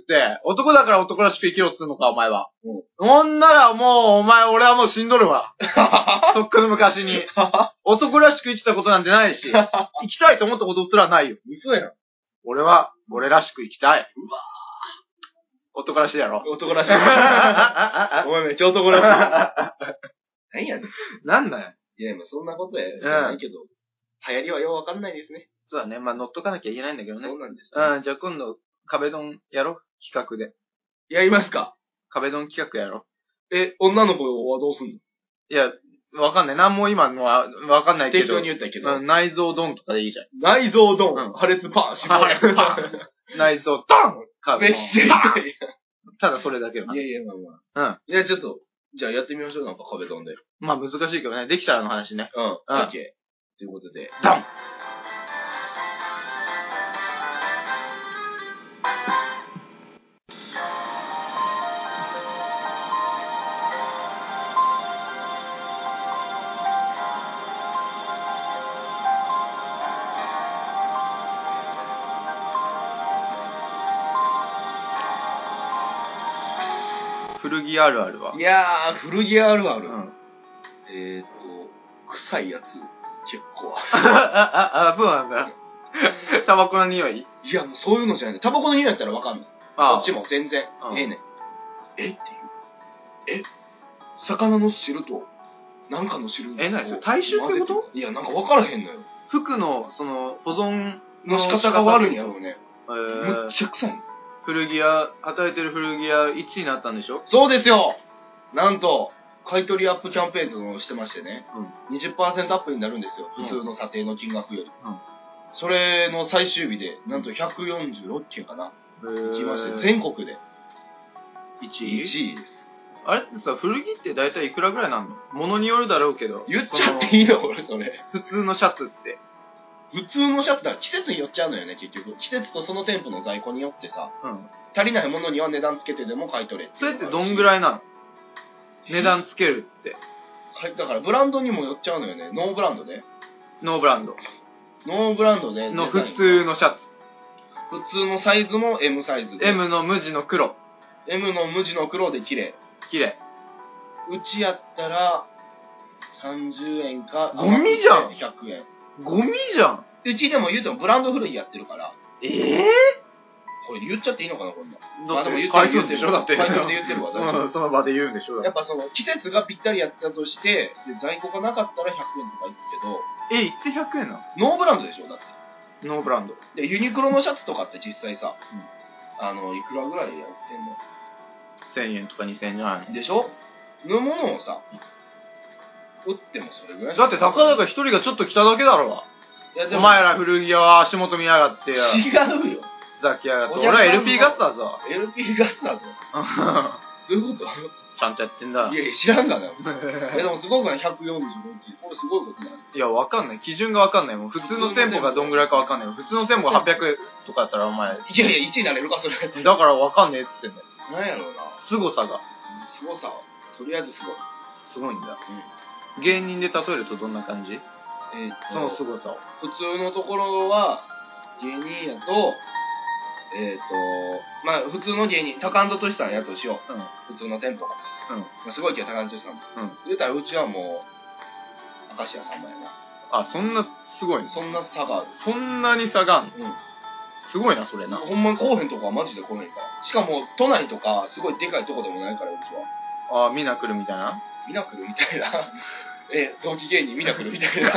男だから男らしく生きろっつうのか、お前は。うん。ほんならもう、お前、俺はもう死んどるわ。とっくの昔に。男らしく生きたことなんてないし、生きたいと思ったことすらないよ。 嘘やん。 俺は、俺らしく生きたい。 うわぁ。男らしいやろ。 男らしい。お前めっちゃ男らしい。何やねん。 なんだよ。 いや、まあそんなことやないけど、うん、流行りはようわかんないですね。 そうだね。まあ乗っとかなきゃいけないんだけどね。 そうなんです、 ね。うん、じゃあ今度、壁ドンやろう企画で。 やりますか？ 壁ドン企画やろう。え、女の子はどうすんの？いや、わかんない。なんも今のはわかんないけど。 適当に言ったけど。 うん、内臓ドンとかでいいじゃん。 内臓ドン、うん、破裂パン、死亡破裂パン。内臓ドンめっちゃ痛い。 ただそれだけよ。 いやいや、まあまあ。うん。いや、ちょっと、じゃあやってみましょう、なんか壁ドンで。 まあ難しいけどね。できたらの話ね。 うん。うん。オッケー。ということで、 ドン古着あるあるは。 いやー、古着あるある。うん、えーっと、臭いやつ、結構ある。 あ、あ、そうなんだ。タバコの匂い？ いや、もうそういうのじゃない。タバコの匂いやったらわかんない。こっちも全然。ええねん。えっていう。え魚の汁と、なんかの汁え、なにそれ体臭ってこと？ いや、なんかわからへんのよ。 服の、その、保存の仕方が悪いんやろうね。 えー、 むっちゃ臭いの。 古着屋、働いてる古着屋いちいになったんでしょ？ そうですよ。なんと、買い取りアップキャンペーンをしてましてね、うん、にじゅっパーセント アップになるんですよ。普通の査定の金額より。うん、それの最終日で、なんとひゃくよんじゅうろっけんかな。行きまして、全国で。いちい ?いちいです。 あれってさ、古着って大体いくらぐらいなの？物によるだろうけど。 言っちゃっていいの俺、それ。 普通のシャツって。 普通のシャツだ。季節によっちゃうのよね、結局。季節とその店舗の在庫によってさ、うん、足りないものには値段つけてでも買い取れって。 それってどんぐらいなの？値段つけるって。 だからブランドにもよっちゃうのよね。ノーブランドで。 ノーブランド。 ノーブランドで。 の普通のシャツ。 普通のサイズも エム サイズで。 M の無地の黒。 M の無地の黒で綺麗。 綺麗。 うちやったら、さんじゅうえんか。 ゴミじゃん ! ひゃくえん。 ゴミじゃんうちでも言うてもブランド古着やってるから。 えぇ、ー、 これ言っちゃっていいのかな、こんな。 だって言ってるでしょだって。 買い取りで言ってるわ。 うん、その場で言うんでしょ。 やっぱその、季節がぴったりやったとして、で在庫がなかったらひゃくえんとか言うけど。 え、言ってひゃくえんなの？ ノーブランドでしょだって。 ノーブランド。 で、ユニクロのシャツとかって実際さ、うん、あの、いくらぐらいやってんの？ せんえんとかにせんえんじゃないの？ でしょのものをさ、売ってもそれぐらい。 だってたかだか一人がちょっと来ただけだろうが。いやでもお前ら古着屋は足元見やがってや。 違うよ。 ふざけやがって。俺は エルピー ガスだぞ。 エルピー ガスだぞ。どういうこと？ ちゃんとやってんだ。 いやいや、知らんがな。え、でもすごくない？ひゃくよんじゅうろっき。これすごいことない？ いや、わかんない。基準がわかんない。もう普通の店舗がどんぐらいかわかんない。普通の店舗がはっぴゃくえんとかだったらお前。 いやいや、いちいになれるか、それ。だからわかんねえっつってんだよ。 なんやろうな。 凄さが。 凄さは。とりあえずすごい。 すごいんだ。うん。芸人で例えるとどんな感じ？えー、 その凄さを。 普通のところは、芸人やと、 えっと、まあ、普通の芸人、タカアンドトシさんやとしよう。普通の店舗が。うん。まあ、すごいけど、タカアンドトシさんも。うん。言うたら、うちはもう、明石家さんまやな。 あ、そんな、すごいそんな差がある。 そんなに差がある。うん。すごいな、それな。 ほんまに来おへんとこはマジで来おへんから。しかも、都内とか、すごいでかいとこでもないから、うちは。あ、みんな来るみたいなみんな来るみたいな。え、同期芸人みんな来るみたいな。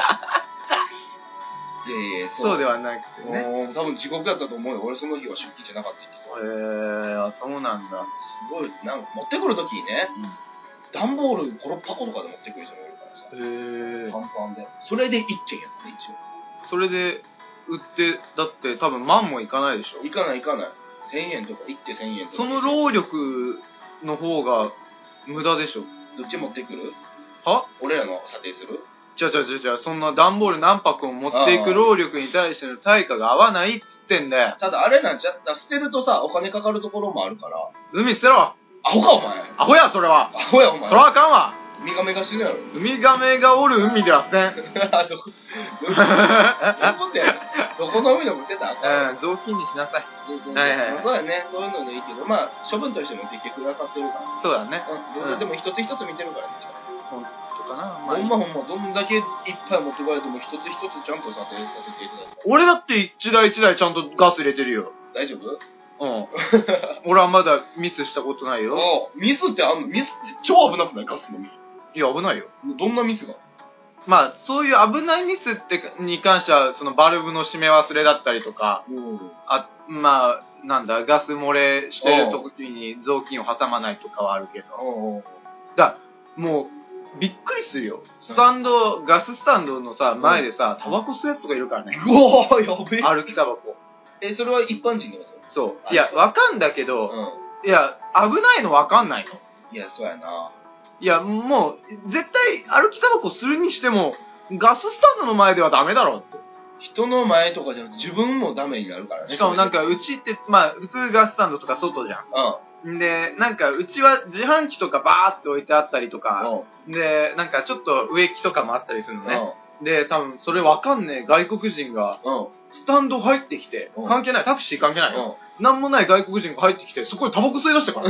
いやいや、 そう。そうではなくてね。 もう、多分地獄だったと思うよ。俺その日は出勤じゃなかったけど。 へえー、あ、そうなんだ。 すごい、なんか持ってくるときにね、段、うん、ボールご、ろっぱことかで持ってくる人もいるからさ。へえ。パンパンで。それでいっけんやって、一応。 それで、売って、だって多分万もいかないでしょ？ いかないいかない。せんえんとか、いってせんえんとか。 その労力の方が無駄でしょ？ どっち持ってくる？ は？ 俺らの査定する？ じゃじゃじゃじゃそんな段ボール何箱も持っていく労力に対しての対価が合わないっつってんだよ。 ただあれなんちゃった、捨てるとさ、お金かかるところもあるから。 海捨てろ！ アホかお前。 アホや、それは。 アホやお前。 それはあかんわ。 ウミガメが死ぬやろ。 ウミガメがおる海では捨てん。 どこ、どういうことや。どこの海でも捨てたらあかん。うん、雑巾にしなさい。 そうそうそう。はいはい。まあ、そうやね。そういうのでいいけど、まあ、処分としても結局くださってるから。 そうだね。 うん。でも一つ一つ見てるからね。 ほんとかな。 ほんまほんま、どんだけいっぱい持ってこられても一つ一つちゃんと査定させていただいて。 俺だって一台一台ちゃんとガス入れてるよ。 大丈夫？ うん。俺はまだミスしたことないよ。 ああ、ミスってあんの？ミスって超危なくない？ガスのミス。 いや、危ないよ。 どんなミスが？ まあ、そういう危ないミスってに関しては、そのバルブの閉め忘れだったりとか、うん、あ、まあ、なんだ、ガス漏れしてる時に雑巾を挟まないとかはあるけど。だもう、びっくりするよ。スタンド、ガススタンドのさ、前でさ、タバコ吸うやつとかいるからね。 うわー、やべえ。 歩きタバコ。 え、それは一般人のこと？ そう。いや、わかんだけど、うん、いや、危ないのわかんないの。 いや、そうやな。 いや、もう、絶対歩きタバコするにしても、ガススタンドの前ではダメだろって。 人の前とかじゃなくて自分もダメになるからね。 しかもなんか、うちって、まあ、普通ガススタンドとか外じゃん。うん。で、なんか、うちは自販機とかバーって置いてあったりとか、うん、で、なんかちょっと植木とかもあったりするのね。うん、で、多分、それわかんねえ外国人が、うん、スタンド入ってきて、うん、関係ない、タクシー関係ないよ。うん、なんもない外国人が入ってきて、そこにタバコ吸い出したから。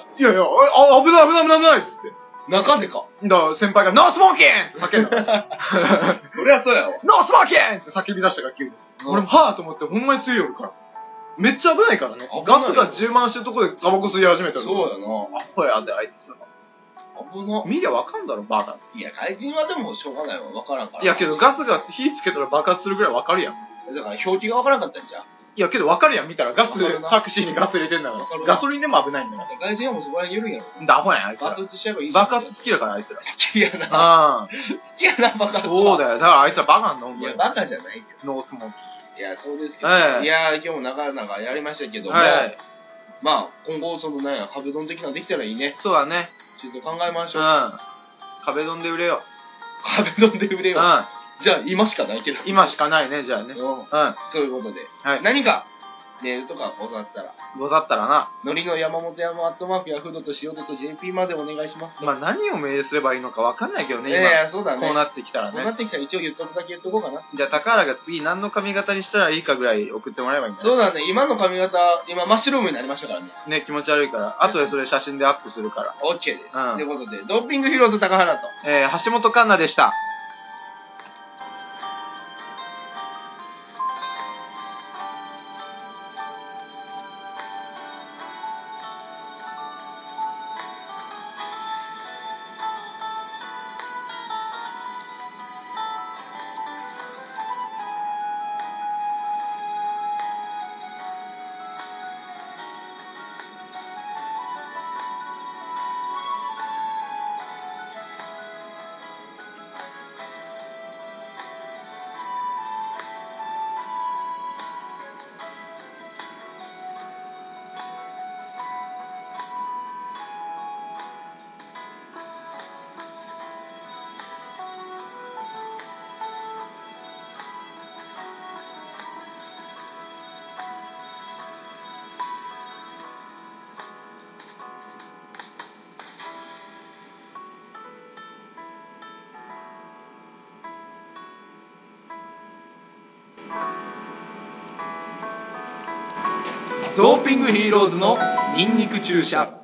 いやいや、あ、危ない危ない危ない危ないっつって。 中でか。 だから先輩が、ノースモーキンって叫んだ。 そりゃそうやわ。 ノースモーキンって叫び出したから急に。うん、俺もはぁと思ってほんまに吸いよるから。めっちゃ危ないからね。ガスが充満してるところでタバコ吸い始めたら。 そうやな。 アホやで、あいつ。 危な。 見りゃわかんだろ、バカ。 いや、怪人はでもしょうがないわ。わからんから。 いや、けどガスが火つけたら爆発するぐらいわかるやん。 だから表記がわからんかったんじゃん。 いや、けどわかるやん、見たら。ガス、タクシーにガス入れてんだから。ガソリンでも危ないんだから。 外人はもうそこら辺緩いやろ。 だ、アホやん、あいつら。 爆発しちゃえばいい。 爆発好きだから、あいつら。 好きやな。 うん。 好きやな、爆発。 そうだよ。だからあいつらバカなんだ、ほんまに。いや、バカじゃないけど。ノースモーキー。いや、そうですけど。いや、今日もなかなかやりましたけども。はい。まあ、今後、そのなんや、壁ドン的なのできたらいいね。 そうだね。 ちょっと考えましょう。うん。 壁ドンで売れよ。 壁ドンで売れよ。うん。じゃあ、今しかないけど。 今しかないね、じゃあね。うん。うん。 そういうことで。はい。何か、メールとかござったら。 ござったらな。 のりの山本山アットマークヤフードとしようと ジェーピー までお願いします。 まあ何をメールすればいいのかわかんないけどね、今。 いやいや、そうだね。 こうなってきたらね。 こうなってきたら一応言っとくだけ言っとこうかな。 じゃあ、高原が次何の髪型にしたらいいかぐらい送ってもらえばいいんだね。 そうだね。今の髪型、今マッシュルームになりましたからね。 ね、気持ち悪いから。後でそれ写真でアップするから。 オッケーです。うん。ということで、ドッピングヒーローズ高原と。 えー、橋本環奈でした。 ドーピングヒーローズのニンニク注射。